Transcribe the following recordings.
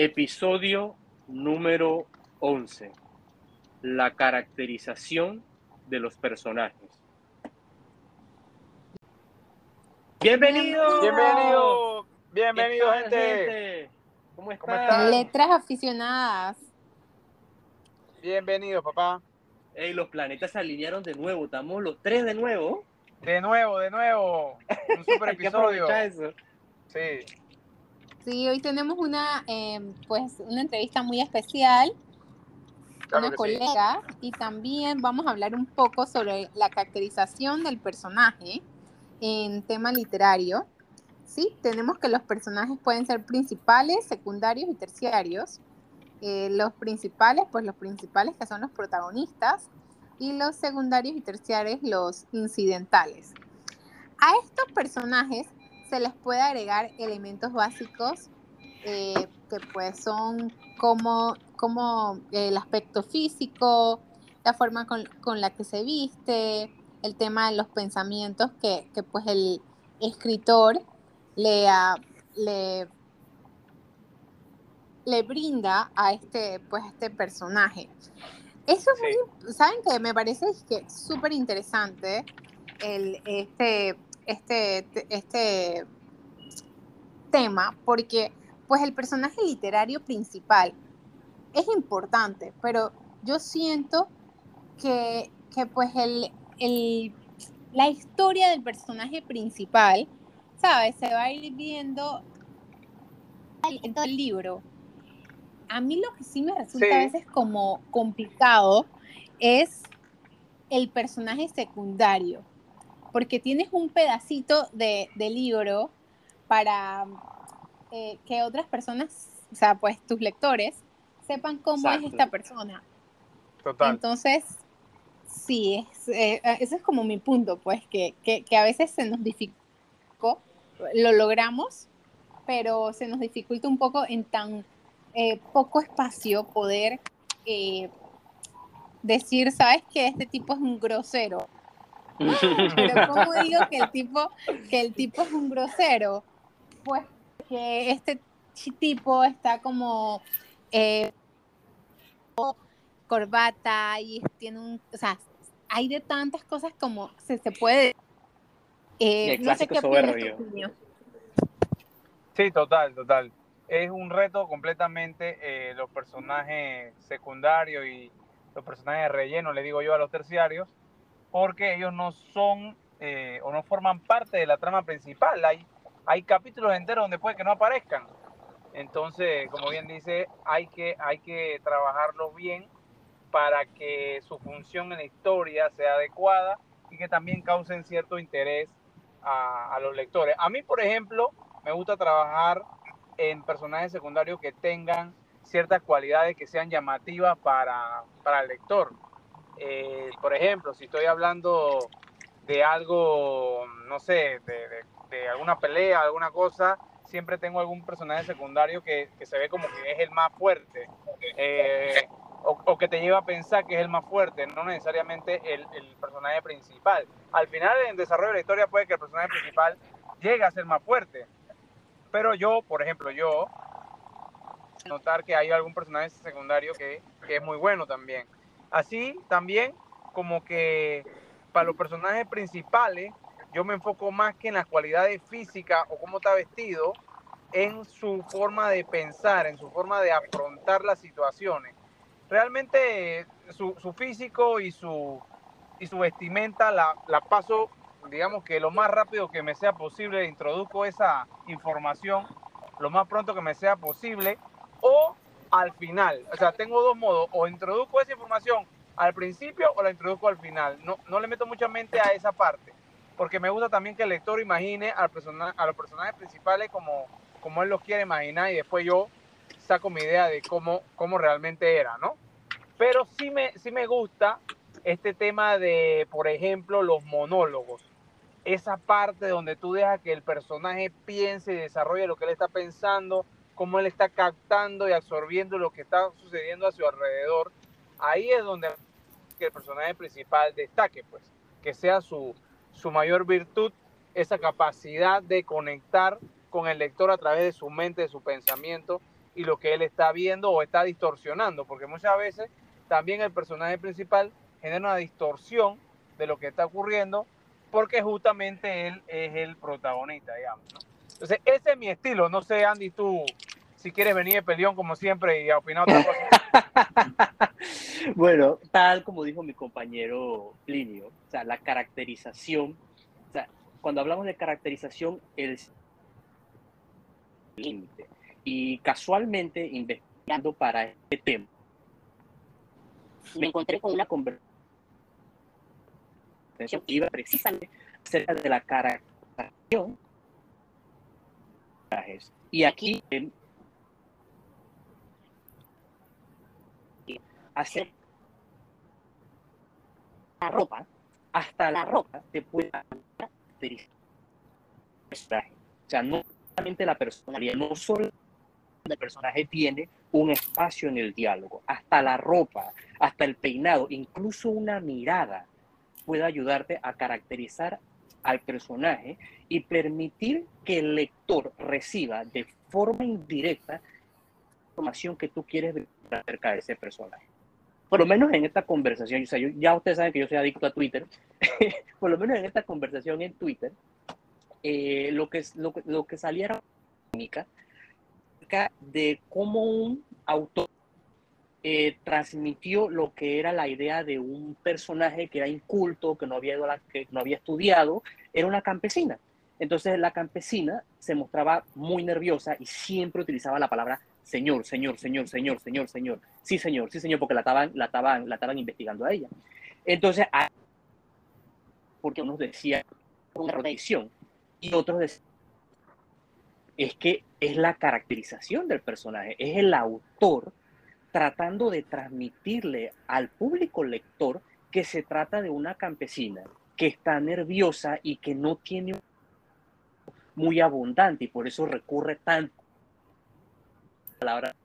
Episodio número 11. La caracterización de los personajes. ¡Bienvenidos! Bienvenido, bienvenido, ¿Qué tal, gente. ¿Cómo ¿Cómo están? están? Letras aficionadas. Bienvenido, papá. Hey, los planetas se alinearon de nuevo. Estamos los tres de nuevo. De nuevo. Un super Hay que episodio. aprovechar eso. Sí. Sí, hoy tenemos una entrevista muy especial, Claro una que sí. colega, y también vamos a hablar un poco sobre la caracterización del personaje en tema literario. Sí, tenemos que los personajes pueden ser principales, secundarios y terciarios. Los principales que son los protagonistas, y los secundarios y terciarios los incidentales. A estos personajes se les puede agregar elementos básicos que pues son como el aspecto físico, la forma con la que se viste, el tema de los pensamientos que pues el escritor le, le, le brinda a este personaje. Eso es Sí. ¿saben qué? Me parece que súper interesante este tema, porque pues el personaje literario principal es importante, pero yo siento que pues la historia del personaje principal, ¿sabes? Se va a ir viendo en todo el libro. A mí lo que sí me resulta a Sí. veces como complicado es el personaje secundario, porque tienes un pedacito de libro para que otras personas, o sea, pues tus lectores, sepan cómo es Exacto. esta persona. Total. Entonces, sí, ese es como mi punto, pues, que a veces se nos dificulta, lo logramos, pero se nos dificulta un poco en tan poco espacio poder decir, ¿sabes que este tipo es un grosero? Pero ¿cómo digo que el tipo es un grosero? Pues que este tipo está como corbata y tiene o sea, hay de tantas cosas como se puede. Y el No sé clásico qué opinas tú, soberbio. Niño. Sí, total. Es un reto completamente los personajes secundarios y los personajes de relleno, le digo yo a los terciarios, porque ellos no son o no forman parte de la trama principal. Hay capítulos enteros donde puede que no aparezcan. Entonces, como bien dice, hay que trabajarlo bien para que su función en la historia sea adecuada y que también causen cierto interés a los lectores. A mí, por ejemplo, me gusta trabajar en personajes secundarios que tengan ciertas cualidades que sean llamativas para el lector. Por ejemplo, si estoy hablando de algo, no sé, de alguna pelea, alguna cosa, siempre tengo algún personaje secundario que se ve como que es el más fuerte. O que te lleva a pensar que es el más fuerte, no necesariamente el personaje principal. Al final, en el desarrollo de la historia, puede que el personaje principal llegue a ser más fuerte. Pero yo, por ejemplo, notar que hay algún personaje secundario que es muy bueno también. Así también como que para los personajes principales yo me enfoco más que en las cualidades físicas o cómo está vestido, en su forma de pensar, en su forma de afrontar las situaciones. Realmente su físico y su vestimenta la paso, digamos que lo más rápido que me sea posible, introduzco esa información lo más pronto que me sea posible o al final. O sea, tengo dos modos, o introduzco esa información al principio o la introduzco al final. No le meto mucha mente a esa parte, porque me gusta también que el lector imagine a los personajes principales como él los quiere imaginar y después yo saco mi idea de cómo realmente era, ¿no? Pero sí me gusta este tema de, por ejemplo, los monólogos. Esa parte donde tú dejas que el personaje piense y desarrolle lo que él está pensando, cómo él está captando y absorbiendo lo que está sucediendo a su alrededor. Ahí es donde que el personaje principal destaque, pues, que sea su mayor virtud, esa capacidad de conectar con el lector a través de su mente, de su pensamiento y lo que él está viendo o está distorsionando, porque muchas veces también el personaje principal genera una distorsión de lo que está ocurriendo porque justamente él es el protagonista, digamos, ¿no? Entonces, ese es mi estilo. No sé, Andy, tú, si quieres venir de peleón como siempre y a opinar otra cosa. Bueno, tal como dijo mi compañero Plinio, o sea, la caracterización, o sea, cuando hablamos de caracterización, el límite. Y casualmente, investigando para este tema, me encontré con una conversación que iba precisamente acerca de la caracterización. Y aquí hacer la ropa, hasta la ropa te puede caracterizar el personaje. O sea, no solamente la personalidad, no solo el personaje tiene un espacio en el diálogo, hasta la ropa, hasta el peinado, incluso una mirada puede ayudarte a caracterizar al personaje y permitir que el lector reciba de forma indirecta la información que tú quieres ver acerca de ese personaje. Por lo menos en esta conversación, o sea, ya ustedes saben que yo soy adicto a Twitter, por lo menos en esta conversación en Twitter, lo que salía era de cómo un autor transmitió lo que era la idea de un personaje que era inculto, que no había estudiado, era una campesina. Entonces la campesina se mostraba muy nerviosa y siempre utilizaba la palabra señor, señor, señor, señor, señor, señor. Sí, señor, porque la estaban investigando a ella. Entonces, porque unos decían una error de edición y otros decían es que es la caracterización del personaje, es el autor tratando de transmitirle al público lector que se trata de una campesina que está nerviosa y que no tiene muy abundante y por eso recurre tanto a la palabra.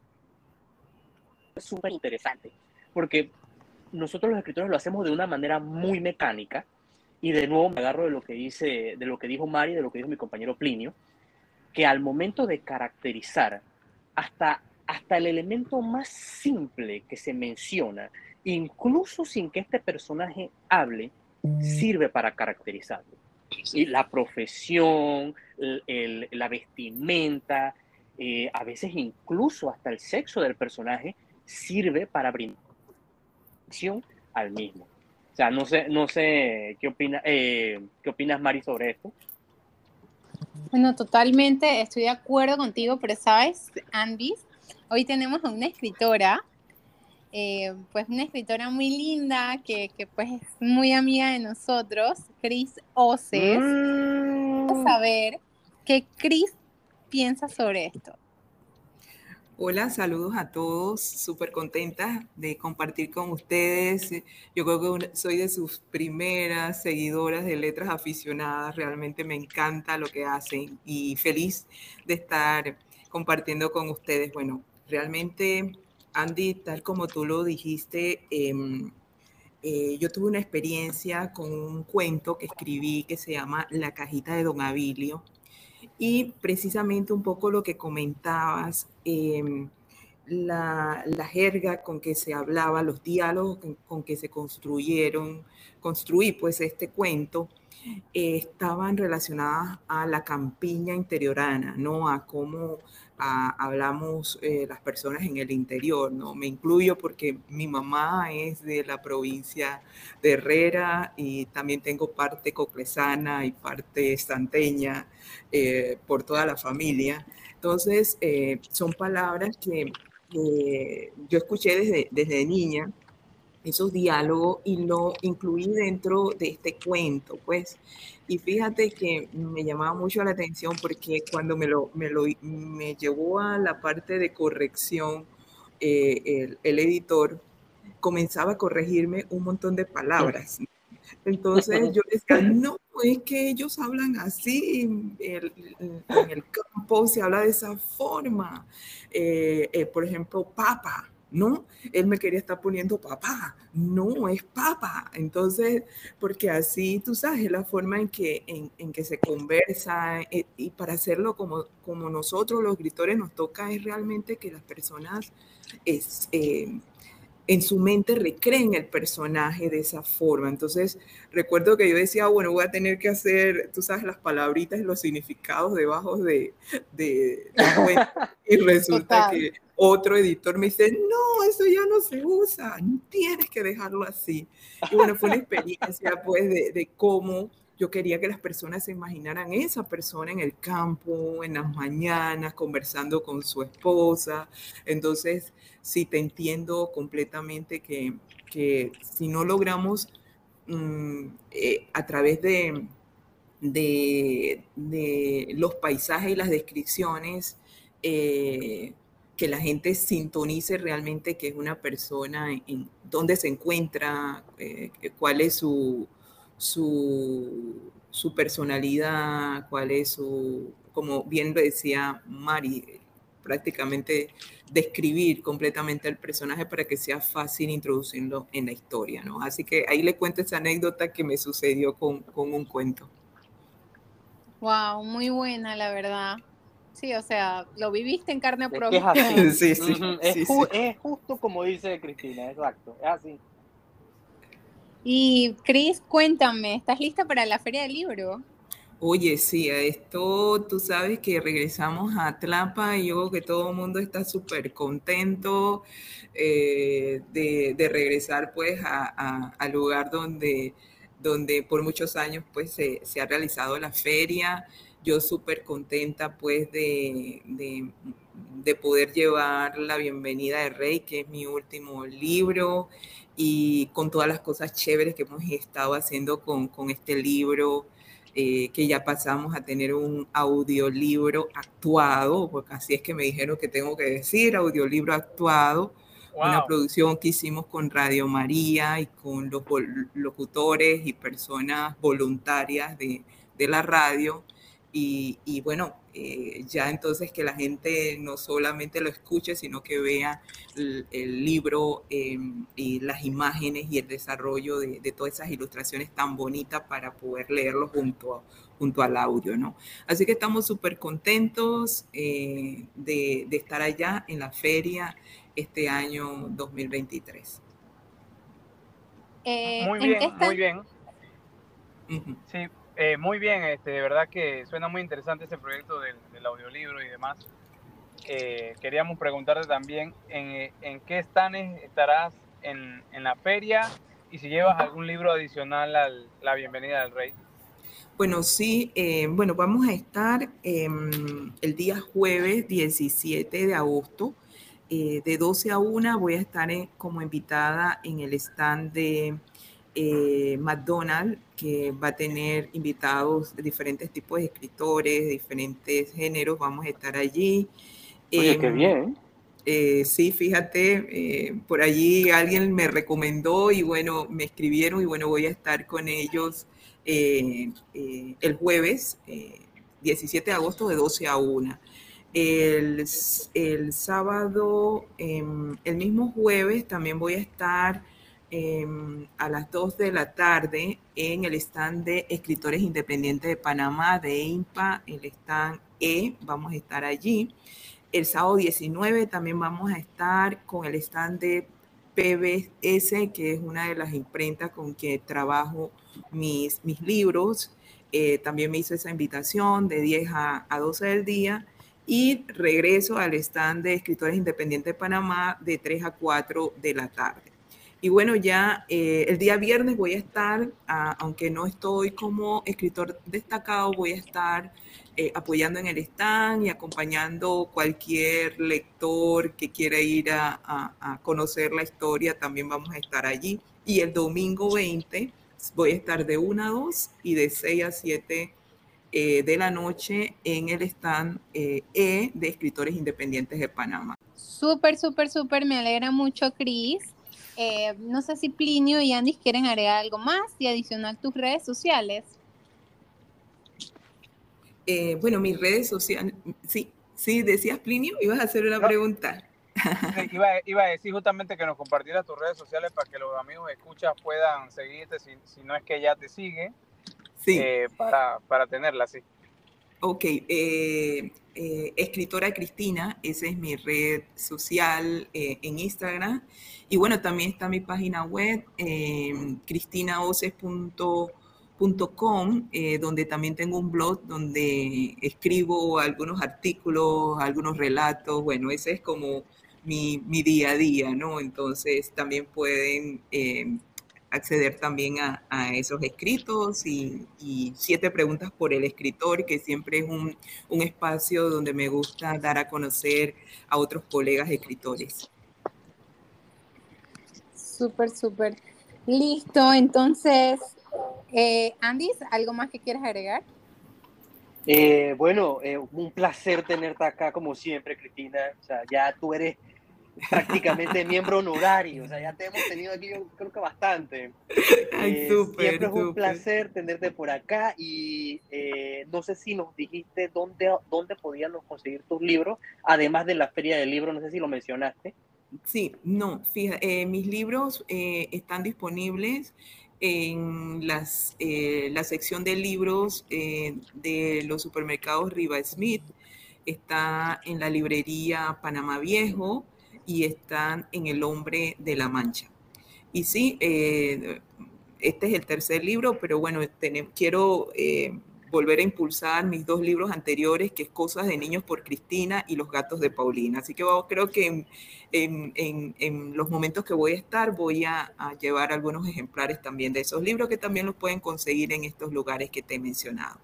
Es súper interesante porque nosotros los escritores lo hacemos de una manera muy mecánica y de nuevo me agarro de lo que dijo Mari, de lo que dijo mi compañero Plinio, que al momento de caracterizar hasta el elemento más simple que se menciona, incluso sin que este personaje hable, sirve para caracterizarlo. Y la profesión, la vestimenta, a veces incluso hasta el sexo del personaje sirve para brindar atención al mismo. O sea, no sé qué opinas, Mari, sobre esto. Bueno, totalmente estoy de acuerdo contigo, pero sabes, Andy, hoy tenemos a una escritora, pues una escritora muy linda que pues es muy amiga de nosotros, Cris Oces. Vamos a ver qué Cris piensa sobre esto. Hola, saludos a todos, súper contenta de compartir con ustedes. Yo creo que soy de sus primeras seguidoras de Letras Aficionadas, realmente me encanta lo que hacen y feliz de estar compartiendo con ustedes. Bueno, realmente, Andy, tal como tú lo dijiste, yo tuve una experiencia con un cuento que escribí que se llama La cajita de Don Abilio. Y precisamente un poco lo que comentabas, la jerga con que se hablaba, los diálogos con que se construí pues este cuento, estaban relacionadas a la campiña interiorana, ¿no? A cómo hablamos las personas en el interior, ¿no? Me incluyo porque mi mamá es de la provincia de Herrera y también tengo parte coclesana y parte santeña por toda la familia. Entonces, son palabras que yo escuché desde niña, esos diálogos, y lo incluí dentro de este cuento, pues. Y fíjate que me llamaba mucho la atención porque cuando me llevó a la parte de corrección, el editor comenzaba a corregirme un montón de palabras. Entonces yo decía, no, es que ellos hablan así, en el campo se habla de esa forma. Por ejemplo, papa. No, él me quería estar poniendo papá, no es papa. Entonces, porque así, tú sabes, es la forma en que se conversa, y para hacerlo como nosotros los escritores nos toca es realmente que las personas es, en su mente recreen el personaje de esa forma. Entonces, recuerdo que yo decía, bueno, voy a tener que hacer, tú sabes, las palabritas y los significados debajo del cuento. Y resulta Total. que otro editor me dice, no, eso ya no se usa, tienes que dejarlo así. Y bueno, fue una experiencia pues de cómo yo quería que las personas se imaginaran esa persona en el campo, en las mañanas, conversando con su esposa. Entonces, sí, te entiendo completamente que si no logramos a través de los paisajes y las descripciones, que la gente sintonice realmente que es una persona, en dónde se encuentra, cuál es su personalidad, cuál es como bien lo decía Mari, prácticamente describir completamente al personaje para que sea fácil introducirlo en la historia, ¿no? Así que ahí le cuento esa anécdota que me sucedió con un cuento. Wow, muy buena, la verdad. Sí, o sea, lo viviste en carne Es que es propia. así. Sí, sí, Ujú. sí, sí. Es justo como dice Cristina, exacto. Es así. Y Cris, cuéntame, ¿estás lista para la Feria del Libro? Oye, sí, a esto tú sabes que regresamos a Tlapa y yo creo que todo el mundo está súper contento de regresar pues al lugar donde por muchos años pues se ha realizado la feria. Yo súper contenta pues de poder llevar La bienvenida del Rey, que es mi último libro, y con todas las cosas chéveres que hemos estado haciendo con este libro, que ya pasamos a tener un audiolibro actuado, porque así es que me dijeron que tengo que decir, audiolibro actuado, una Wow. producción que hicimos con Radio María y con los locutores y personas voluntarias de la radio. Y bueno, ya entonces que la gente no solamente lo escuche, sino que vea el libro, y las imágenes y el desarrollo de todas esas ilustraciones tan bonitas para poder leerlo junto al audio, ¿no? Así que estamos súper contentos de estar allá en la feria este año 2023. Muy ¿En qué bien, muy están? bien. Ujú. Sí, muy bien. De verdad que suena muy interesante ese proyecto del audiolibro y demás. Queríamos preguntarte también en qué stands estarás en la feria y si llevas algún libro adicional a La bienvenida del Rey. Bueno, sí, bueno, vamos a estar el día jueves 17 de agosto, de 12 a 1 voy a estar como invitada en el stand de McDonald's, que va a tener invitados de diferentes tipos de escritores, diferentes géneros, vamos a estar allí. Oye, qué bien. Sí, fíjate, por allí alguien me recomendó y bueno, me escribieron y bueno, voy a estar con ellos el jueves 17 de agosto de 12 a 1. El sábado, el mismo jueves, también voy a estar a las 2 de la tarde en el stand de Escritores Independientes de Panamá, de INPA, el stand vamos a estar allí. El sábado 19 también vamos a estar con el stand de PBS, que es una de las imprentas con que trabajo mis libros. También me hizo esa invitación de 10 a 12 del día. Y regreso al stand de Escritores Independientes de Panamá de 3 a 4 de la tarde. Y bueno, ya el día viernes voy a estar, aunque no estoy como escritor destacado, voy a estar apoyando en el stand y acompañando cualquier lector que quiera ir a conocer la historia, también vamos a estar allí. Y el domingo 20 voy a estar de 1 a 2 y de 6 a 7 de la noche en el stand de Escritores Independientes de Panamá. Súper, súper, súper, me alegra mucho, Cris. No sé si Plinio y Andis quieren agregar algo más y adicionar tus redes sociales. Bueno, mis redes sociales, sí, sí, decías Plinio, ibas a hacer una No, pregunta. Sí, iba a decir justamente que nos compartieras tus redes sociales para que los amigos escuchas puedan seguirte, si no es que ya te siguen, Sí. para tenerla así. Ok, escritora Cristina, esa es mi red social en Instagram. Y bueno, también está mi página web, cristinaoces.com, donde también tengo un blog donde escribo algunos artículos, algunos relatos. Bueno, ese es como mi día a día, ¿no? Entonces también pueden acceder también a esos escritos y 7 preguntas por el escritor, que siempre es un espacio donde me gusta dar a conocer a otros colegas escritores. Súper, súper. Listo, entonces, Andy, ¿algo más que quieras agregar? Bueno, un placer tenerte acá como siempre, Cristina. O sea, ya tú eres prácticamente miembro honorario. O sea, ya te hemos tenido aquí, yo creo que bastante. Ay, Siempre súper, es un súper. placer tenerte por acá y no sé si nos dijiste dónde podíamos conseguir tus libros, además de la Feria del Libro, no sé si lo mencionaste. Sí, no, fíjate, mis libros están disponibles en la sección de libros de los supermercados Riva Smith, está en la librería Panamá Viejo y están en El Hombre de la Mancha. Y sí, este es el tercer libro, pero bueno, quiero volver a impulsar mis 2 libros anteriores, que es Cosas de Niños por Cristina y Los Gatos de Paulina. Así que creo que en los momentos que voy a estar voy a llevar algunos ejemplares también de esos libros, que también los pueden conseguir en estos lugares que te he mencionado.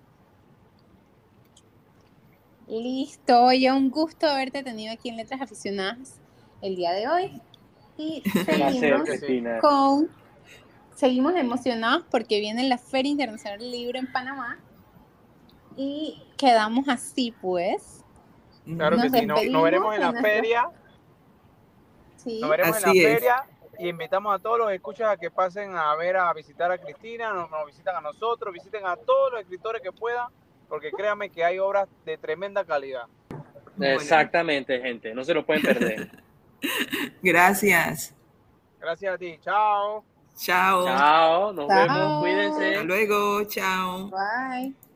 Listo, oye, un gusto haberte tenido aquí en Letras Aficionadas el día de hoy. Y Placer, Claro que sí. Cristina. seguimos emocionados porque viene la Feria Internacional del Libro en Panamá y quedamos así, pues. Claro que Nos sí. Nos despedimos veremos en de la nuestro... feria. Nos Sí, veremos en la Así es. feria y invitamos a todos los escuchas a que pasen a visitar a Cristina, nos visitan a nosotros, visiten a todos los escritores que puedan, porque créanme que hay obras de tremenda calidad. Bueno, Exactamente, gente, no se lo pueden perder. gracias. Gracias a ti. Chao. Chao. Chao, nos vemos, chao. Hasta cuídense. luego. Chao. Bye.